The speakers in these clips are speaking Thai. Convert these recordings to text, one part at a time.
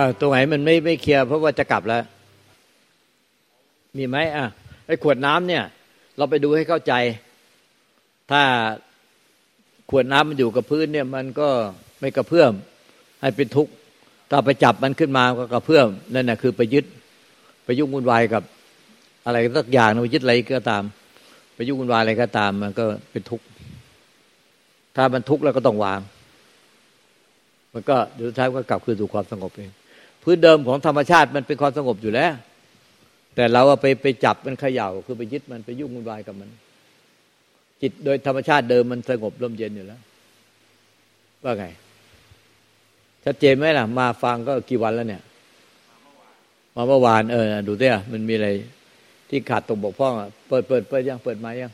ตรงไหนมันไม่เคลียร์เพราะว่าจะกลับแล้วมีไหมไอ้ขวดน้ำเนี่ยเราไปดูให้เข้าใจถ้าขวดน้ำมันอยู่กับพื้นเนี่ยมันก็ไม่กระเพื่อมให้เป็นทุกข์ถ้าไปจับมันขึ้นมาก็กระเพื่อมนั่นน่ะคือไปยึดไปยุ่งวุ่นวายกับอะไรสักอย่างนะไปยึดอะไรก็ตามไปยุ่งวุ่นวายอะไรก็ตามมันก็เป็นทุกข์ถ้ามันทุกข์แล้วก็ต้องวางมันก็เดี๋ยวสุดท้ายก็กลับคืนสู่ความสงบเองพื้นเดิมของธรรมชาติมันเป็นความสงบอยู่แล้วแต่เราไปจับมันเขย่าคือไปยึดมันไปยุ่งวุ่นวายกับมันจิตโดยธรรมชาติเดิมมันสงบร่มเย็นอยู่แล้วว่าไงชัดเจนไหมล่ะมาฟังก็กี่วันแล้วเนี่ยมาเมื่อวานดูสิมันมีอะไรที่ขาดตกบกพร่องเปิดยังเปิดมายัง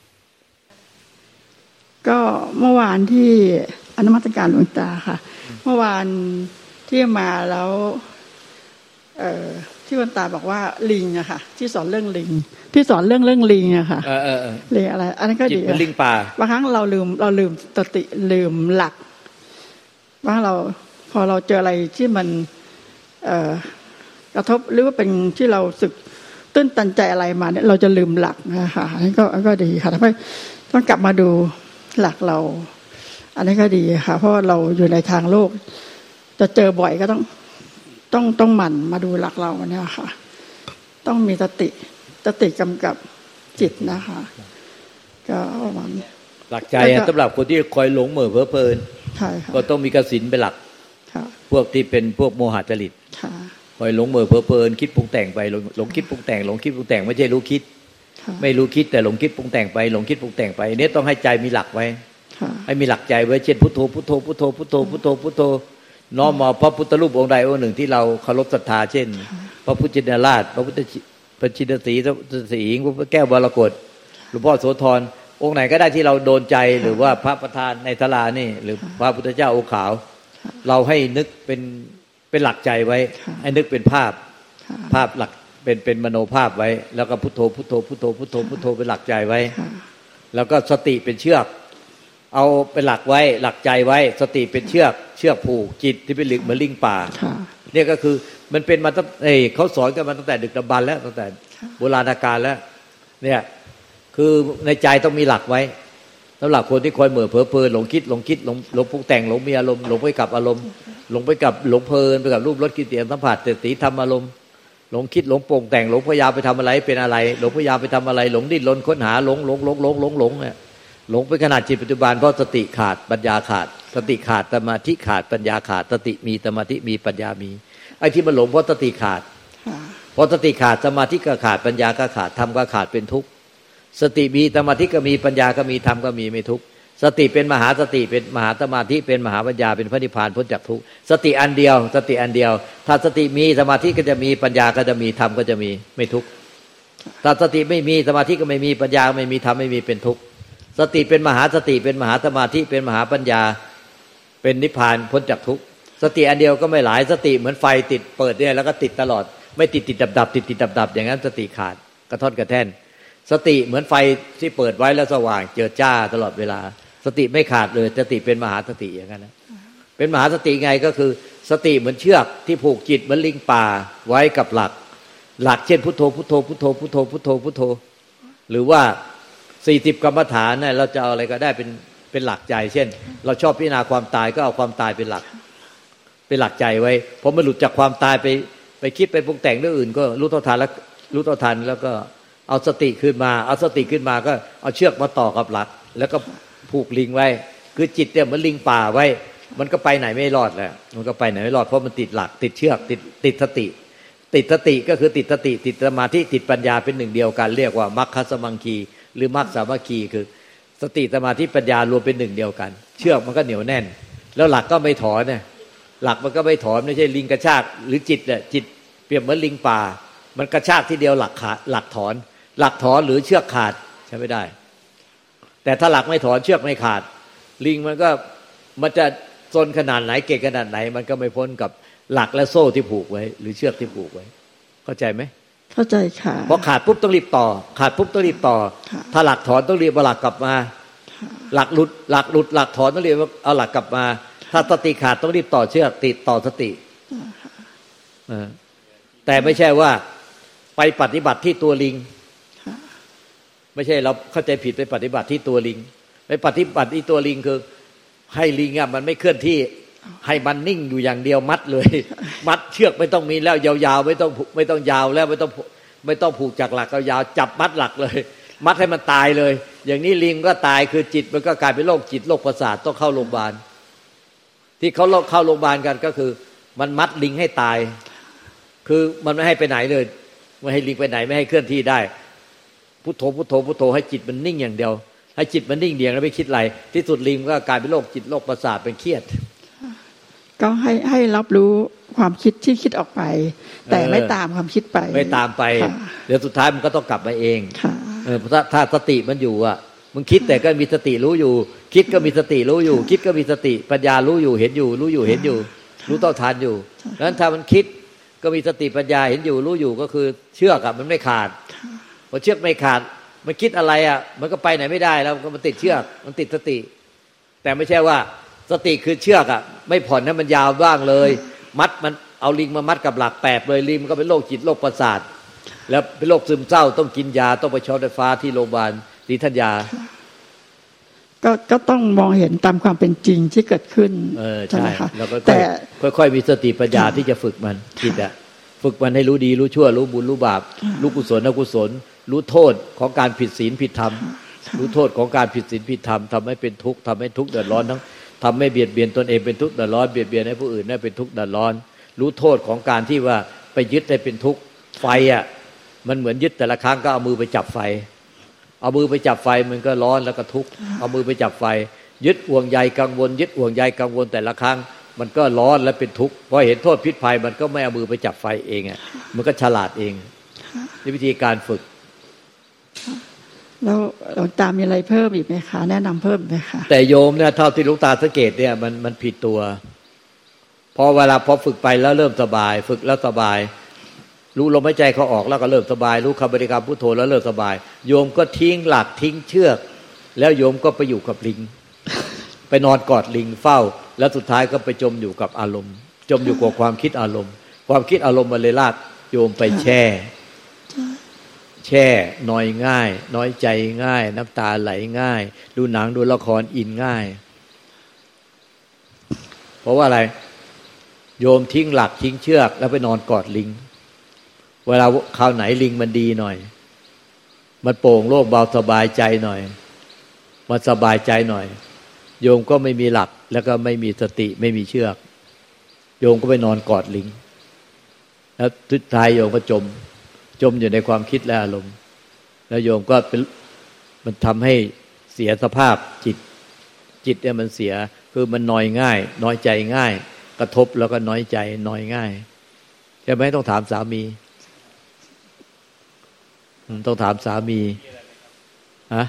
ก็เมื่อวานที่อนุมัติการหลวงตาค่ะเมื่อวานที่มาแล้วที่หลวงตาบอกว่าลิงอะค่ะที่สอนเรื่องลิงที่สอนเรื่องลิงอะค่ะลิงอะไรอันนั้นก็ดีลิงป่าบางครั้งเราลืมสติลืมหลักว่าเราพอเราเจออะไรที่มันกระทบหรือว่าเป็นที่เราสึกตื้นตันใจอะไรมาเนี่ยเราจะลืมหลักนะคะอันนี้ก็ดีค่ะทำให้ต้องกลับมาดูหลักเราอันนี้ก็ดีค่ะเพราะเราอยู่ในทางโลกจะเจอบ่อยก็ต้องหมั่นมาดูหลักเราเนี่ยค่ะต้องมีสติกำกับจิตนะคะก็ประมาณหลักใจสำหรับคนที่คอยหลงเหม่อเพ้อเพลินก็ต้องมีกสิณเป็นหลักพวกที่เป็นพวกโมหะจริตคอยหลงเหม่อเพ้อเพลินคิดปรุงแต่งไปหลงคิดปรุงแต่งหลงคิดปรุงแต่งไม่ใช่รู้คิดไม่รู้คิดแต่หลงคิดปรุงแต่งไปหลงคิดปรุงแต่งไปเนี่ยต้องให้ใจมีหลักไว้ให้มีหลักใจไว้เช่นพุทโธพุทโธพุทโธพุทโธพุทโธพุทโธน้อมมาพระพุทธรูปองค์ใดองค์หนึ่งที่เราเคารพศรัทธาเช่นพระพุทธชินราชพระพุทธพระชินสีพระแก้วมรกตหลวงพ่อโสธรองค์ไหนก็ได้ที่เราโดนใจหรือว่าพระประธานในศาลานี่หรือพระพุทธเจ้าองค์ขาวเราให้นึกเป็นหลักใจไว้ให้นึกเป็นภาพหลักเป็นมโนภาพไว้แล้วก็พุทโธพุทโธพุทโธพุทโธพุทโธเป็นหลักใจไว้แล้วก็สติเป็นเชือกเอาเป็นหลักไว้หลักใจไว้สติเป็นเชือกผูกจิตที่เป็นเหมือนลิงป่าเนี่ยก็คือมันเป็นมาตั้งเขาสอนกันมาตั้งแต่ดึกดำบรรพ์แล้วตั้งแต่โบราณกาลแล้วเนี่ยคือในใจต้องมีหลักไว้สำหรับคนที่คอยเหม่อเพ้อเพลินหลงคิดหลงปรุงแต่งหลงมีอารมณ์หลงไปกับอารมณ์หลงไปกับหลงเพลินไปกับรูปรสกลิ่นเสียงสัมผัสเจตสิธรรมอารมณ์หลงคิดหลงปรุงแต่งหลงพยายามไปทำอะไรเป็นอะไรหลงพยายามไปทำอะไรหลงดิ้นรนค้นหาหลงเนี่ยหลงไปขนาดจิตปัจจุบันเพราะสติขาดปัญญาขาดสติขาดสมาธิขาดปัญญาขาดสติมีสมาธิมีปัญญามีไอ้ที่มันหลงเพราะสติขาดเพราะสติขาดสมาธิก็ขาดปัญญาก็ขาดธรรมก็ขาดเป็นทุกข์สติมีสมาธิก็มีปัญญาก็มีธรรมก็มีไม่ทุกข์สติเป็นมหาสติเป็นมหาสมาธิเป็นมหาปัญญาเป็นพระนิพพานพ้นจากทุกข์สติอันเดียวสติอันเดียวถ้าสติมีสมาธิก็จะมีปัญญาก็จะมีธรรมก็จะมีไม่ทุกข์ถ้าสติไม่มีสมาธิก็ไม่มีปัญญาไม่มีธรรมไม่มีเป็นทุกข์สติเป็นมหาสติเป็นมหาสมาธิเป็นมหาปัญญาเป็นนิพพานพ้นจากทุกข์สติอันเดียวก็ไม่หลายสติเหมือนไฟติดเปิดเนี่ยแล้วก็ติดตลอดไม่ติดดับติดดับอย่างนั้นสติขาดกระท่อนกระแท่นสติเหมือนไฟที่เปิดไว้แล้วสว่างเจิดจ้าตลอดเวลาสติไม่ขาดเลยสติเป็นมหาสติอย่างนั้นนะเป็นมหาสติไงก็คือสติเหมือนเชือกที่ผูกจิตเหมือนลิงป่าไว้กับหลักเช่นพุทโธพุทโธพุทโธพุทโธพุทโธพุทโธหรือว่า40กรรมฐานเนี่ยเราจะเอาอะไรก็ได้เป็นหลักใจเช่นเราชอบพิจารณาความตายก็เอาความตายเป็นหลักใจไว้พอมันหลุดจากความตายไปคิดไปปรุงแต่งเรื่องอื่นก็รู้เท่าทันแล้วก็เอาสติขึ้นมาก็เอาเชือกมาต่อกับหลักแล้วก็ผูกลิงไว้คือจิตเนี่ยเหมือนลิงป่าไว้มันก็ไปไหนไม่รอดแหละมันก็ไปไหนไม่รอดเพราะมันติดหลักติดเชือกติดสติก็คือติดสติติดสมาธิติดปัญญาเป็นหนึ่งเดียวกันเรียกว่ามัคคะสมังคีหรือมัคสามัคคีคือสติสมาธิปัญญารวมเป็นหนึ่งเดียวกันเชือกมันก็เหนียวแน่นแล้วหลักก็ไม่ถอนเนี่ยหลักมันก็ไม่ถอนไม่ใช่ลิงกระชากหรือจิตเนี่ยจิตเปรียบเหมือนลิงป่ามันกระชากทีเดียวหลักถอนหรือเชือกขาดใช้ไม่ได้แต่ถ้าหลักไม่ถอนเชือกไม่ขาดลิงมันจะซนขนาดไหนเก่งขนาดไหนมันก็ไม่พ้นกับหลักและโซ่ที่ผูกไว้หรือเชือกที่ผูกไว้เข้าใจไหมเข้าใจค่ะพอขาดปุ๊บต้องรีบต่อถ้าหลักถอนต้องรีบเอาหลักกลับมาหลักหลุดหลักถอนต้องรีบเอาหลักกลับมาถ้าสติขาดต้องรีบต่อเชือกติดต่อสติแต่ไม่ใช่ว่าไปปฏิบัติที่ตัวลิงไม่ใช่เราเข้าใจผิดไปปฏิบัติที่ตัวลิงไปปฏิบัติที่ตัวลิงคือให้ลิงมันไม่เคลื่อนที่ให้มันนิ่งอยู่อย่างเดียวมัดเลยมัดเชือกไม่ต้องมีแล้วยาวๆไม่ต้องยาวแล้วไม่ต้องผูกจากหลักยาวจับมัดหลักเลยมัดให้มันตายเลยอย่างนี้ลิงก็ตายคือจิตมันก็กลายเป็นโรคจิตโรคประสาทต้องเข้าโรงพยาบาลที่เขาเข้าโรงพยาบาลกันก็คือมันมัดลิงให้ตายคือมันไม่ให้ไปไหนเลยไม่ให้ลิงไปไหนไม่ให้เคลื่อนที่ได้พุทโธพุทโธพุทโธให้จิตมันนิ่งอย่างเดียวให้จิตมันนิ่งเดียวแล้วไม่คิดอะไรที่สุดลิงก็กลายเป็นโรคจิตโรคประสาทเป็นเครียดก็ให้รับรู้ความคิดที่คิดออกไปแต่ไม่ตามความคิดไปไม่ตามไปเดี๋ยวสุดท้ายมันก็ต้องกลับมาเองถ้าสติมันอยู่อ่ะมึงคิดแต่ก็มีสติรู้อยู่คิดก็มีสติรู้อยู่คิดก็มีสติปัญญารู้อยู่เห็นอยู่รู้อยู่เห็นอยู่รู้เท่าทันอยู่ดังนั้นถ้ามันคิดก็มีสติปัญญาเห็นอยู่รู้อยู่ก็คือเชือกอ่ะมันไม่ขาดพอเชือกไม่ขาดมันคิดอะไรอ่ะมันก็ไปไหนไม่ได้แล้วมันติดเชือกมันติดสติแต่ไม่ใช่ว่าสติคือเชือกอ่ะไม่ผ่อนให้มันยาวบ้างเลยมัดมันเอาลิงมามัดกับหลักแปบเลยลิงมันก็เป็นโรคจิตโรคประสาทแล้วเป็นโรคซึมเศร้าต้องกินยาต้องไปช็อตไฟฟ้าที่โรงพยาบาลศรีธัญญาก็ต้องมองเห็นตามความเป็นจริงที่เกิดขึ้นใช่ค่ะแต่ค่อยๆมีสติปัญญาที่จะฝึกมันจิตอ่ะฝึกมันให้รู้ดีรู้ชั่วรู้บุญรู้บาปรู้กุศลอกุศลรู้โทษของการผิดศีลผิดธรรมรู้โทษของการผิดศีลผิดธรรมทำให้เป็นทุกข์ทำให้ทุกข์เดือดร้อนทั้งทำให้เบียดเบียนตนเองเป็นทุกข์เดือดร้อนเบียดเบียนให้ผู้อื่นได้เป็นทุกข์เดือดร้อนรู้โทษของการที่ว่าไปยึดให้เป็นทุกข์ไฟอ่ะมันเหมือนยึดแต่ละครั้งก็เอามือไปจับไฟเอามือไปจับไฟมันก็ร้อนแล้วก็ทุกข์เอามือไปจับไฟยึดห่วงใยกังวลยึดห่วงใยกังวลแต่ละครั้งมันก็ร้อนและเป็นทุกข์พอเห็นโทษพิษภัยมันก็ไม่เอามือไปจับไฟเองอ่ะมันก็ฉลาดเองนี่วิธีการฝึกแล้วหลวงตามีอะไรเพิ่มอีกไหมคะแนะนำเพิ่มไหมคะแต่โยมเนี่ยเท่าที่หลวงตาสังเกตเนี่ยมันผิดตัวพอเวลาพอฝึกไปแล้วเริ่มสบายฝึกแล้วสบายรู้ลมหายใจเขาออกแล้วก็เริ่มสบายรู้คำบริกรรมพุทโธแล้วเริ่มสบายโยมก็ทิ้งหลักทิ้งเชือกแล้วโยมก็ไปอยู่กับลิงไปนอนกอดลิงเฝ้าแล้วสุดท้ายก็ไปจมอยู่กับอารมณ์จมอยู่กับความคิดอารมณ์ความคิดอารมณ์มันเลยลากโยมไปแช่นอยง่ายน้อยใจง่ายน้ำตาไหลง่ายดูหนังดูละครอินง่ายเพราะว่าอะไรโยมทิ้งหลักทิ้งเชือกแล้วไปนอนกอดลิงเวลาคราวไหนลิงมันดีหน่อยมันโปร่งโล่งเบาสบายใจหน่อยมันสบายใจหน่อยโยมก็ไม่มีหลักแล้วก็ไม่มีสติไม่มีเชือกโยมก็ไปนอนกอดลิงแล้วสุดท้ายโยมก็จมอยู่ในความคิดและอารมณ์แล้วโยมก็เป็นมันทำให้เสียสภาพจิตเนี่ยมันเสียคือมันนอยง่ายน้อยใจง่ายกระทบแล้วก็น้อยใจนอยง่ายใช่ไหมต้องถามสามีต้องถามสามีฮะ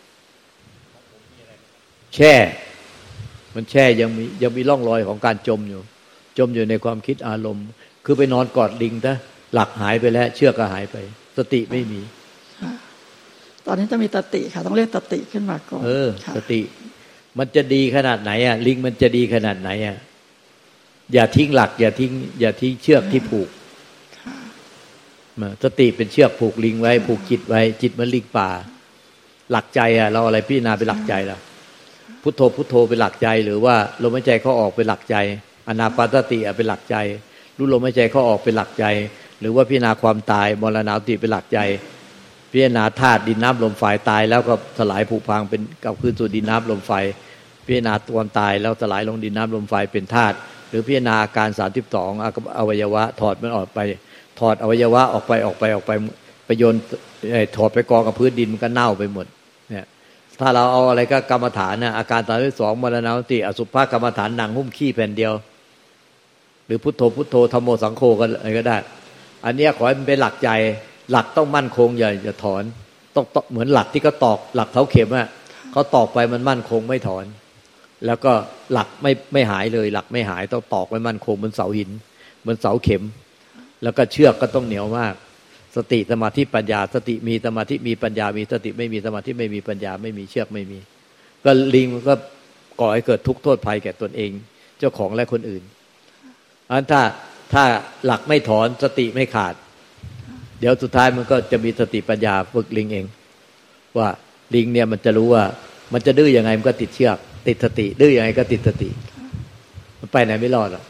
แช่มันแช่ยังมีร่องรอยของการจมอยู่ในความคิดอารมณ์คือไปนอนกอดลิงซะหลักหายไปแล้วเชือกก็หายไปสติไม่มีตอนนี้จะมีสติค่ะต้องเรียกสติขึ้นมาก่อนสติมันจะดีขนาดไหนอ่ะลิงมันจะดีขนาดไหนอ่ะอย่าทิ้งหลักอย่าทิ้งเชือกที่ผูกสติเป็นเชือกผูกลิงไว้ผูกจิตไว้จิตมันลิงป่าหลักใจอ่ะเราอะไรพิจารณาเป็นหลักใจล่ะพุทโธพุทโธเป็นหลักใจหรือว่าลมหายใจเข้าออกเป็นหลักใจอานาปานสติเป็นหลักใจรู้ลมหายใจเข้าออกเป็นหลักใจหรือว่าพิจารณาความตายมรณาติเป็นหลักใจพิจารณาธาตุดินน้ำลมไฟตายแล้วก็สลายผุพังเป็นกลับคืนสู่ดินน้ำลมไฟพิจารณาความตายแล้วสลายลงดินน้ำลมไฟเป็นธาตุหรือพิจารณาอาการ32อวัยวะถอดมันออกไปถอดอวัยวะออกไปไปโยนถอดไปกองกับพื้นดินมันก็เน่าไปหมดเนี่ยถ้าเราเอาอะไรก็กรรมฐานนะอาการ32มรณาติอสุภกรรมฐานหนังหุ้มขี้แผ่นเดียวหรือพุทโธพุทโธธัมโมสังโฆก็อะไรก็ได้อันนี้ขอให้มันเป็นหลักใจหลักต้องมั่นคงอย่าถอนต้องเหมือนหลักที่เขาตอกหลักเสาเข็มอ่ะเขาตอกไปมันมั่นคงไม่ถอนแล้วก็หลักไม่หายเลยหลักไม่หายต้องตอกไว้มั่นคงเหมือนเสาหินเหมือนเสาเข็มแล้วก็เชือกก็ต้องเหนียวมากสติสมาธิปัญญาสติมีสมาธิมีปัญญามีสติไม่มีสมาธิไม่มีปัญญาไม่มีเชือกไม่มีก็ลิงมันก็ก่อให้เกิดทุกข์โทษภัยแก่ตนเองเจ้าของและคนอื่นอันถ้าถ้าหลักไม่ถอนสติไม่ขาดเดี๋ยวสุดท้ายมันก็จะมีสติปัญญาฝึกลิงเองว่าลิงเนี่ยมันจะรู้ว่ามันจะดื้อยังไงมันก็ติดเชือกติดสติดื้อยังไงก็ติดสติมันไปไหนไม่รอดหรอก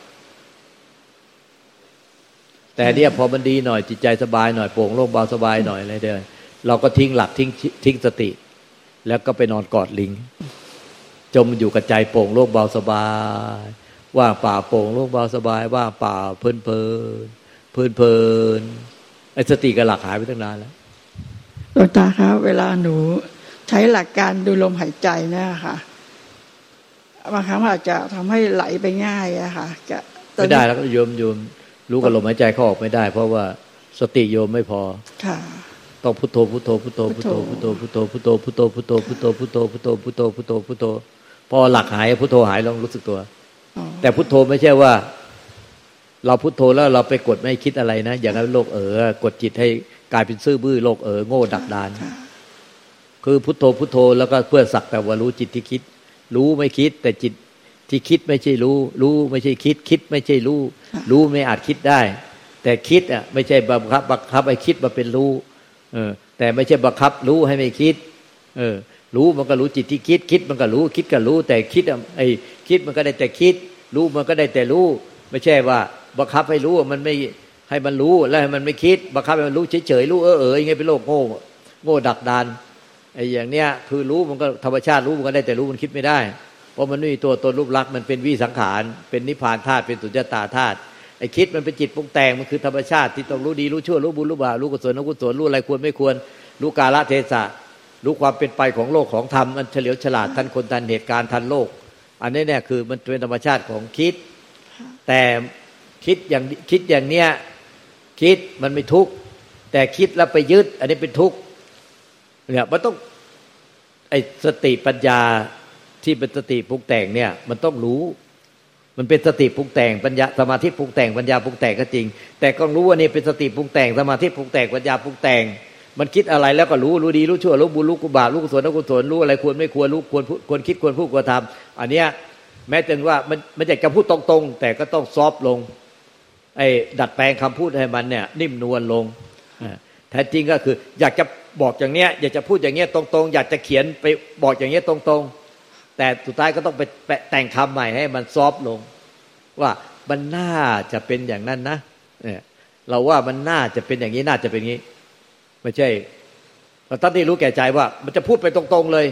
แต่เนี่ยพอมันดีหน่อยจิตใจสบายหน่อยโปร่งโล่งเบาสบายหน่อยอะไรเด้อเราก็ทิ้งหลักทิ้งสติแล้วก็ไปนอนกอดลิงจมอยู่กับใจโปร่งโล่งเบาสบายว่างเปล่าโปร่งโล่งเบาสบายว่างเปล่าเพลินไอ้สติกับหลักหายไปตั้งนานแล้วหลวงตาครับเวลาหนูใช้หลักการดูลมหายใจเนี่ยค่ะบางครั้งอาจจะทำให้ไหลไปง่ายอะค่ะไม่ได้แล้วก็โยมรู้กับลมหายใจเข้าออกไม่ได้เพราะว่าสติโยมไม่พอค่ะต้องพุทโธพุทโธพุทโธพุทโธพุทโธพุทโธพุทโธพุทโธพุทโธพุทโธพุทโธพุทโธพุทโธพุทโธพุทโธพอหลักหายพุทโธหายลองรู้สึกตัวแต่พุทโธไม่ใช่ว่าเราพุทโธแล้วเราไปกดไม่คิดอะไรนะอย่างนั้นโลกกดจิตให้กลายเป็นซื่อบื้อโลกโง่ดักดานคือพุทโธพุทโธแล้วก็เพื่อสักแต่ว่ารู้จิตที่คิดรู้ไม่คิดแต่จิตที่คิดไม่ใช่รู้ไม่ใช่คิดไม่ใช่รู้ไม่อาจคิดได้แต่คิดอ่ะไม่ใช่บังคับให้คิดมาเป็นรู้แต่ไม่ใช่บังคับรู้ให้ไม่คิดรู้มันก็รู้จิตที่คิดมันก็รู้คิดก็รู้แต่คิดคิดมันก็ได้แต่คิดรู้มันก็ได้แต่รู้ไม่ใช่ว่าบังคับให้รู้มันไม่ให้มันรู้แล้วให้มันไม่คิดบังคับให้มันรู้เฉยๆรู้ยังไงเป็นโลกโง่ดักดานไอ้อย่างเนี้ยคือรู้มันก็ธรรมชาติรู้มันก็ได้แต่รู้มันคิดไม่ได้เพราะมันไม่มีตัวตนรูปลักษณ์มันเป็นวิสังขารเป็นนิพพานธาตุเป็นสุญญตาธาตุไอ้คิดมันเป็นจิตปรุงแต่งมันคือธรรมชาติที่ต้องรู้ดีรู้ชั่วรู้บุญรู้บาปรู้กุศลรู้อกุศลรู้อะไรควรไม่ควรรู้กาลเทศะรู้ความเป็นไปของโลกของธรรมมันเฉลียวฉลาดทันคนทันเหตุการณ์ทันโลกอันนี้เนี่ยคือมันเป็นธรรมชาติของคิดแต่คิดอย่างเนี้ยคิดมันไม่ทุกข์แต่คิดแล้วไปยึดอันนี้เป็นทุกข์เนี่ยมันต้องไอ้สติปัญญาที่เป็นสติปรุงแต่งเนี่ยมันต้องรู้มันเป็นสติปรุงแต่งปัญญาสมาธิปรุงแต่งปัญญาปรุงแต่งก็จริงแต่ก็รู้ว่านี่เป็นสติปรุงแต่งสมาธิปรุงแต่งปัญญาปรุงแต่งมันคิดอะไรแล้วก็รู้ดีรู้ชั่วรู้บุญรู้บาปรู้กุศลอกุศลรู้อะไรควรไม่ควรรู้ควรคิดควรพูดควรทำอันเนี้ยแม้แต่ว่ามันอยากจะพูดตรงๆแต่ก็ต้องซอฟต์ลงไอ้ดัดแปลงคำพูดให้มันเนี่ยนิ่มนวลลงแท้จริงก็คืออยากจะบอกอย่างเนี้ยอยากจะพูดอย่างเงี้ยตรงๆอยากจะเขียนไปบอกอย่างเงี้ยตรงๆแต่สุดท้ายก็ต้องไปแต่งคำใหม่ให้มันซอฟต์ลงว่ามันน่าจะเป็นอย่างนั้นนะเนี่ยเราว่ามันน่าจะเป็นอย่างนี้น่าจะเป็นอย่างนี้ไม่ใช่เราตั้งที่รู้แก่ใจว่ามันจะพูดไปตรงๆเลย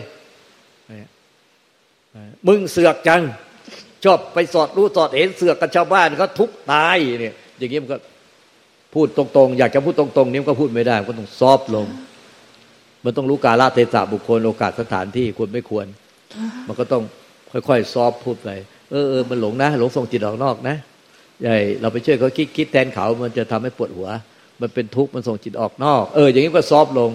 มึงเสือกจังชอบไปสอดรู้สอดเห็นเสือกกับชาวบ้านเขาทุกตายเนี่ยอย่างนี้มันก็พูดตรงๆอยากจะพูดตรงๆนี่มันก็พูดไม่ได้ก็ต้องซอฟต์ลงมันต้องรู้กาลเทศะบุคคลโอกาสสถานที่ควรไม่ควรมันก็ต้องค่อยๆซอฟต์พูดไปมันหลงนะหลงส่งจิตออกนอกนะใหญ่เราไปช่วยเขาคิดแทนเขามันจะทำให้ปวดหัวมันเป็นทุกข์มันส่งจิตออกนอกอย่างนี้ก็ซอฟต์ลง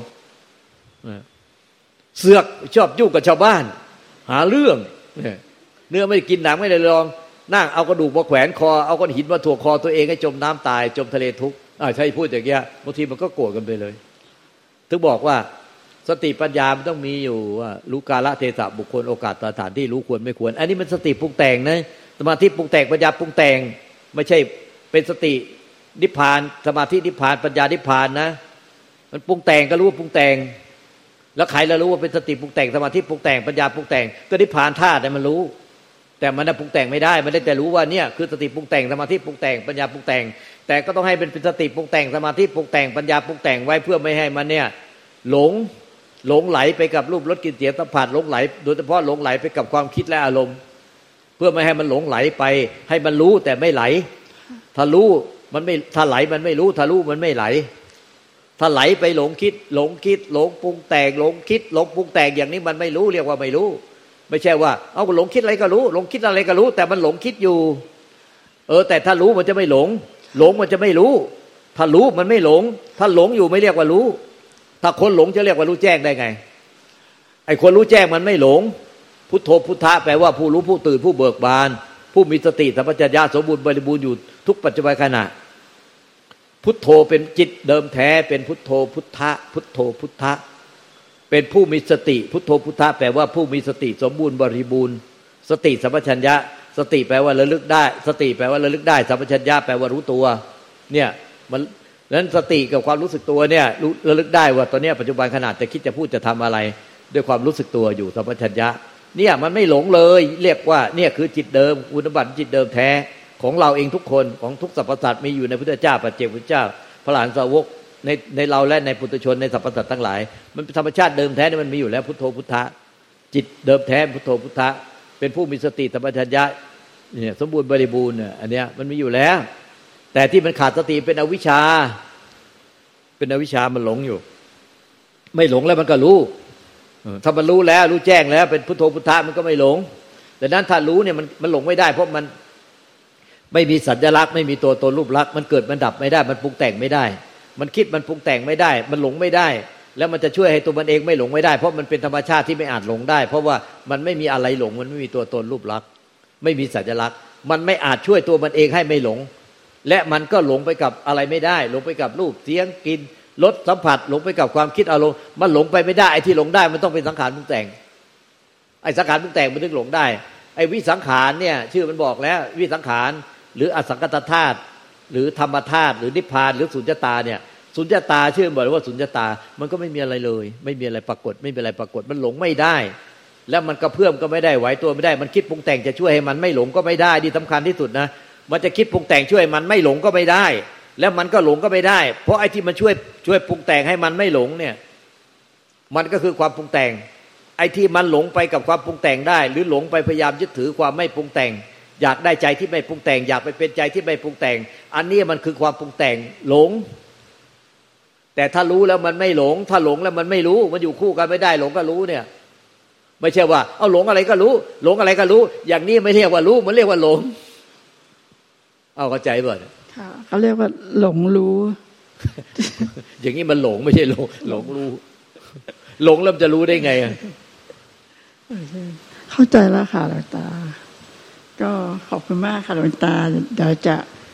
เสือกชอบยุ่งกับชาวบ้านหาเรื่องเนื้อไม่กินหนังไม่ได้ลองนั่งเอากระดูกมาแขวนคอเอาก้อนหินมาถ่วงคอตัวเองให้จมน้ำตายจมทะเลทุกข์ใช่พูดอย่างเงี้ยบางทีมันก็โกรธกันไปเลยถึงบอกว่าสติปัญญามันต้องมีอยู่ว่ารู้กาลเทศะบุคคลโอกาสสถานที่รู้ควรไม่ควรอันนี้มันสติปรุงแต่งนะสมาธิปรุงแต่งปัญญาปรุงแต่งไม่ใช่เป็นสตินิพพานสมาธินิพพานปัญญานิพพานนะมันปรุงแต่งก็รู้ว่าปรุงแต่งแล้วใครเรารู้ว่าเป็นสติปรุงแต่งสมาธิปรุงแต่งปัญญาปรุงแต่งก็นิพพานธาตุมันรู้แต่มันปรุงแต่งไม่ได้มันได้แต่รู้ว่าเนี่ยคือสติปรุงแต่งสมาธิปรุงแต่งปัญญาปรุงแต่งแต่ก็ต้องให้เป็นสติปรุงแต่งสมาธิปรุงแต่งปัญญาปรุงแต่งไว้เพื่อไม่ให้มันเนี่ยหลงไหลไปกับรูปรสกลิ่นเสียงสัมผัสหลงไหลโดยเฉพาะหลงไหลไปกับความคิดและอารมณ์เพื่อไม่ให้มันหลงไหลไปให้มันรู้แต่ไม่ไหลถ้ารู้มันไม่ถ้าไหลมันไม่รู้ถ้ารู้มันไม่ไหลถ้าไหลไปหลงคิดหลงปรุงแต่งหลงคิดหลงปรุงแต่งอย่างนี้มันไม่รู้เรียกว่าไม่รู้ไม่ใช่ว่าเอาหลงคิดอะไรก็รู้หลงคิดอะไรก็รู้แต่มันหลงคิดอยู่แต่ถ้ารู้มันจะไม่หลงมันจะไม่รู้ถ้ารู้มันไม่หลงถ้าหลงอยู่ไม่เรียกว่ารู้ถ้าคนหลงจะเรียกว่ารู้แจ้งได้ไงไอ้คนรู้แจ้งมันไม่หลงพุทโธพุทธะแปลว่าผู้รู้ผู้ตื่นผู้เบิกบานผู้มีสติสัมปชัญญะสมบูรณ์บริบูรณ์อยู่ทุกปัจจุบันขณะพุทโธเป็นจิตเดิมแท้เป็นพุทโธพุทธะพุทโธพุทธะเป็นผู้มีสติพุทโธพุทธะแปลว่าผู้มีสติสมบูรณ์บริบูรณ์สติสัมปชัญญะสสติแปลว่าระลึกได้สติแปลว่าระลึกได้สัมปชัญญะแปลว่ารู้ตัวเนี่ยมันนั้นสติกับความรู้สึกตัวเนี่ยระลึกได้ว่าตอนนี้ปัจจุบันขณะจะคิดจะพูดจะทำอะไรด้วยความรู้สึกตัวอยู่สัมปชัญญะเนี่ยมันไม่หลงเลยเรียกว่าเนี่ยคือจิตเดิมคุณสมบัติจิตเดิมแท้ของเราเองทุกคนของทุกสรรพสัตว์มีอยู่ในพุทธเจ้าปัจเจกพุทธเจ้าพระอรหันตสาวกในเราและในปุถุชนในสรรพสัตว์ทั้งหลายมันเป็นธรรมชาติเดิมแท้นี่มันมีอยู่แล้วพุทโธพุทธะจิตเดิมแท้พุทโธพุทธะเป็นผู้มีสติสัมปชัญญะเนี่ยสมบูรณ์บริบูรณ์เนี่ยอันเนี้ยมันมีอยู่แล้วแต่ที่มันขาดสติเป็นอวิชชามันหลงอยู่ไม่หลงแล้วมันก็รู้ถ้ามันรู้แล้วรู้แจ้งแล้วเป็นพุทโธพุทธะมันก็ไม่หลงแต่นั้นถ้ารู้เนี่ยมันหลงไม่ได้เพราะมันไม่มีสัญลักษณ์ไม่มีตัวตนรูปลักษณ์มันเกิดมันดับไม่ได้มันปรุงแต่งไม่ได้มันคิดมันปรุงแต่งไม่ได้มันหลงไม่ได้แล้วมันจะช่วยให้ตัวมันเองไม่หลงไม่ได้เพราะมันเป็นธรรมชาติที่ไม่อาจหลงได้เพราะว่ามันไม่มีอะไรหลงมันไม่มีตัวตนรูปลักษณ์ไม่มีสัญลักษณ์มันไม่อาจช่วยตัวมันเองให้ไม่หลงและมันก็หลงไปกับอะไรไม่ได้หลงไปกับรูปเสียงกลิ่นรสสัมผัสหลงไปกับความคิดอารมณ์มันหลงไปไม่ได้ไอ้ที่หลงได้มันต้องเป็นสังขารปรุงแต่งไอ้สังขารปรุงแต่งมันถึงหลงได้ไอ้วิสังขารเนี่ยชื่อมันบอกแล้ววิสังขารหรืออสังคตธาตุหรือธรรมธาตุหรือนิพพานหรือสุญญตาเนี่ยสุญญตาชื่อบอกว่าสุญญตามันก็ไม่มีอะไรเลยไม่มีอะไรปรากฏไม่มีอะไรปรากฏมันหลงไม่ได้แล้วมันกระเพื่อมก็ไม่ได้ไหวตัวไม่ได้มันคิดปรุงแต่งจะช่วยให้มันไม่หลงก็ไม่ได้ที่สำคัญที่สุดนะมันจะคิดปรุงแต่งช่วยมันไม่หลงก็ไม่ได้แล้วมันก็หลงก็ไม่ได้เพราะไอ้ที่มันช่วยปรุงแต่งให้มันไม่หลงเนี่ยมันก็คือความปรุงแต่งไอ้ที่มันหลงไปกับความปรุงแต่งได้หรือหลงไปพยายามยึดถือความไม่ปรุงแต่งอยากได้ใจที่ไม่ปรุงแต่งอยากไปเป็นใจที่ไม่ปรุงแต่งอันนี้มันคือความปรุงแต่งหลงแต่ถ้ารู้แล้วมันไม่หลงถ้าหลงแล้วมันไม่รู้มันอยู่คู่กันไม่ได้หลงก็รู้เนี่ยไม่ใช่ว่าเอาหลงอะไรก็รู้หลงอะไรก็รู้อย่างนี้ไม่เรียกว่ารู้มันเรียกว่าหลงเอาเข้าใจบ่ค่ะเขาเรียกว่าหลงรู้อย่างนี้มันหลงไม่ใช่หลงรู้หลงแล้วจะรู้ได้ไงเข้าใจแล้วค่ะหลวงตาก็ขอบคุณมากค่ะหลวงตาเดี๋ยวจะ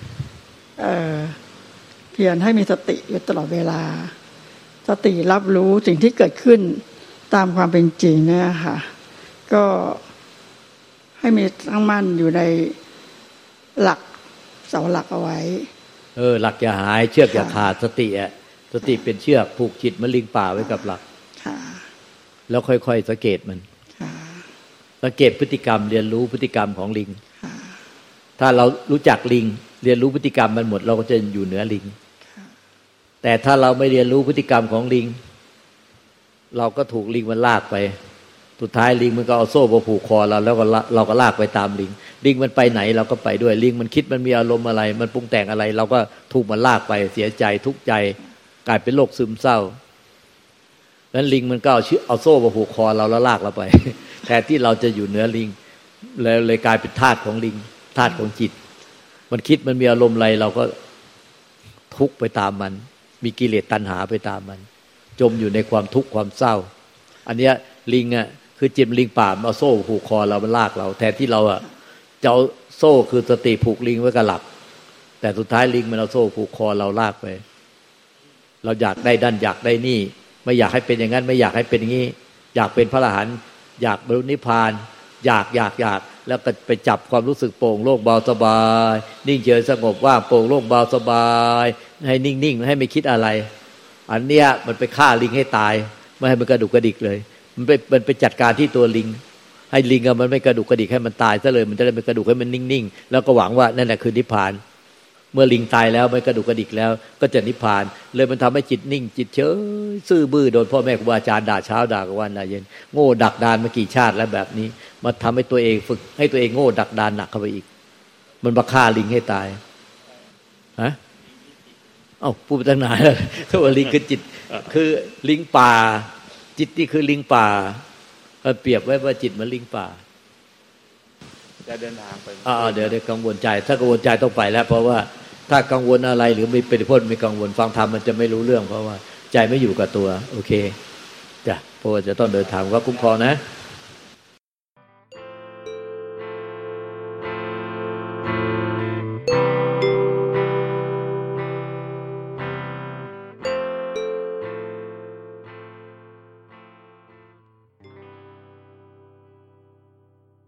เพียรให้มีสติอยู่ตลอดเวลาสติรับรู้สิ่งที่เกิดขึ้นตามความเป็นจริงเนี่ยค่ะก็ให้มีตั้งมั่นอยู่ในหลักเสาหลักเอาไว้หลักอย่าหายเชือกอย่าขาดสติสติเป็นเชือกผูกจิตมันลิงป่าไว้กับหลักแล้วค่อยๆสังเกตมันสังเกตพฤติกรรมเรียนรู้พฤติกรรมของลิงถ้าเรารู้จักลิงเรียนรู้พฤติกรรมมันหมดเราก็จะอยู่เหนือลิงแต่ถ้าเราไม่เรียนรู้พฤติกรรมของลิงเราก็ถูกลิงมันลากไปสุดท้ายลิงมันก็เอาโซ่มาผูกคอเราแล้วก็เราก็ลากไปตามลิงมันไปไหนเราก็ไปด้วยลิงมันคิดมันมีอารมณ์อะไรมันปรุงแต่งอะไรเราก็ถูกมันลากไปเสียใจทุกข์ใจกลายเป็นโรคซึมเศร้านั้นลิงมันก็เอาโซ่มาผูกคอเราแล้วลากเราไปแทนที่เราจะอยู่เหนือลิงแล้วเลยกลายเป็นทาสของลิงทาสของจิตมันคิดมันมีอารมณ์อะไรเราก็ทุกข์ไปตามมันมีกิเลสตัณหาไปตามมันจมอยู่ในความทุกข์ความเศร้าอันเนี้ยลิงคือจิตลิงป่าเอาโซ่ผูกคอเรามันลากเราแทนที่เราจะเอาโซ่คือสติผูกลิงไว้กับหลักแต่สุดท้ายลิงมันเอาโซ่ผูกคอเราลากไปเราอยากได้ดันอยากได้นี่ไม่อยากให้เป็นอย่างนั้นไม่อยากให้เป็นอย่างนี้อยากเป็นพระอรหันต์อยากบรรลุนิพพานอยากแล้วก็ไปจับความรู้สึกโปร่งโล่งเบาสบายนิ่งเฉยสงบว่างโปร่งโล่งเบาสบายให้นิ่งๆให้ไม่คิดอะไรอันเนี้ยมันไปฆ่าลิงให้ตายไม่ให้มันกระดุกกระดิกเลยมันไปจัดการที่ตัวลิงให้ลิงมันไม่กระดุกกระดิกให้มันตายซะเลยมันจะได้ไม่กระดุกให้มันนิ่งๆแล้วก็หวังว่านั่นแหละคือนิพพานเมื่อลิงตายแล้วไม่กระดุกกระดิกแล้วก็จะนิพพานเลยมันทำให้จิตนิ่งจิตเฉยซื่อบื้อโดนพ่อแม่ครูอาจารย์ด่าเช้าด่ากลางวันด่าเย็นโง่ดักดานมากี่ชาติแล้วแบบนี้มาทำให้ตัวเองฝึกให้ตัวเองโง่ดักดานหนักเข้าไปอีกมันมาฆ่าลิงให้ตายฮะพูดไปตั้งนานแล้วถ้าว่าลิงคือจิตคือลิงป่าจิตนี่คือลิงป่าเปรียบไว้ว่าจิตเหมือนลิงป่าจะเดินทางไปเดี๋ยวกังวลใจถ้ากังวลใจต้องไปแล้วเพราะว่าถ้ากังวลอะไรหรือไม่เป็นพ้นไม่กังวลฟังธรรมมันจะไม่รู้เรื่องเพราะว่าใจไม่อยู่กับตัวโอเคจ้ะเพราะว่าจะต้องเดินทางก็คุ้มครองนะ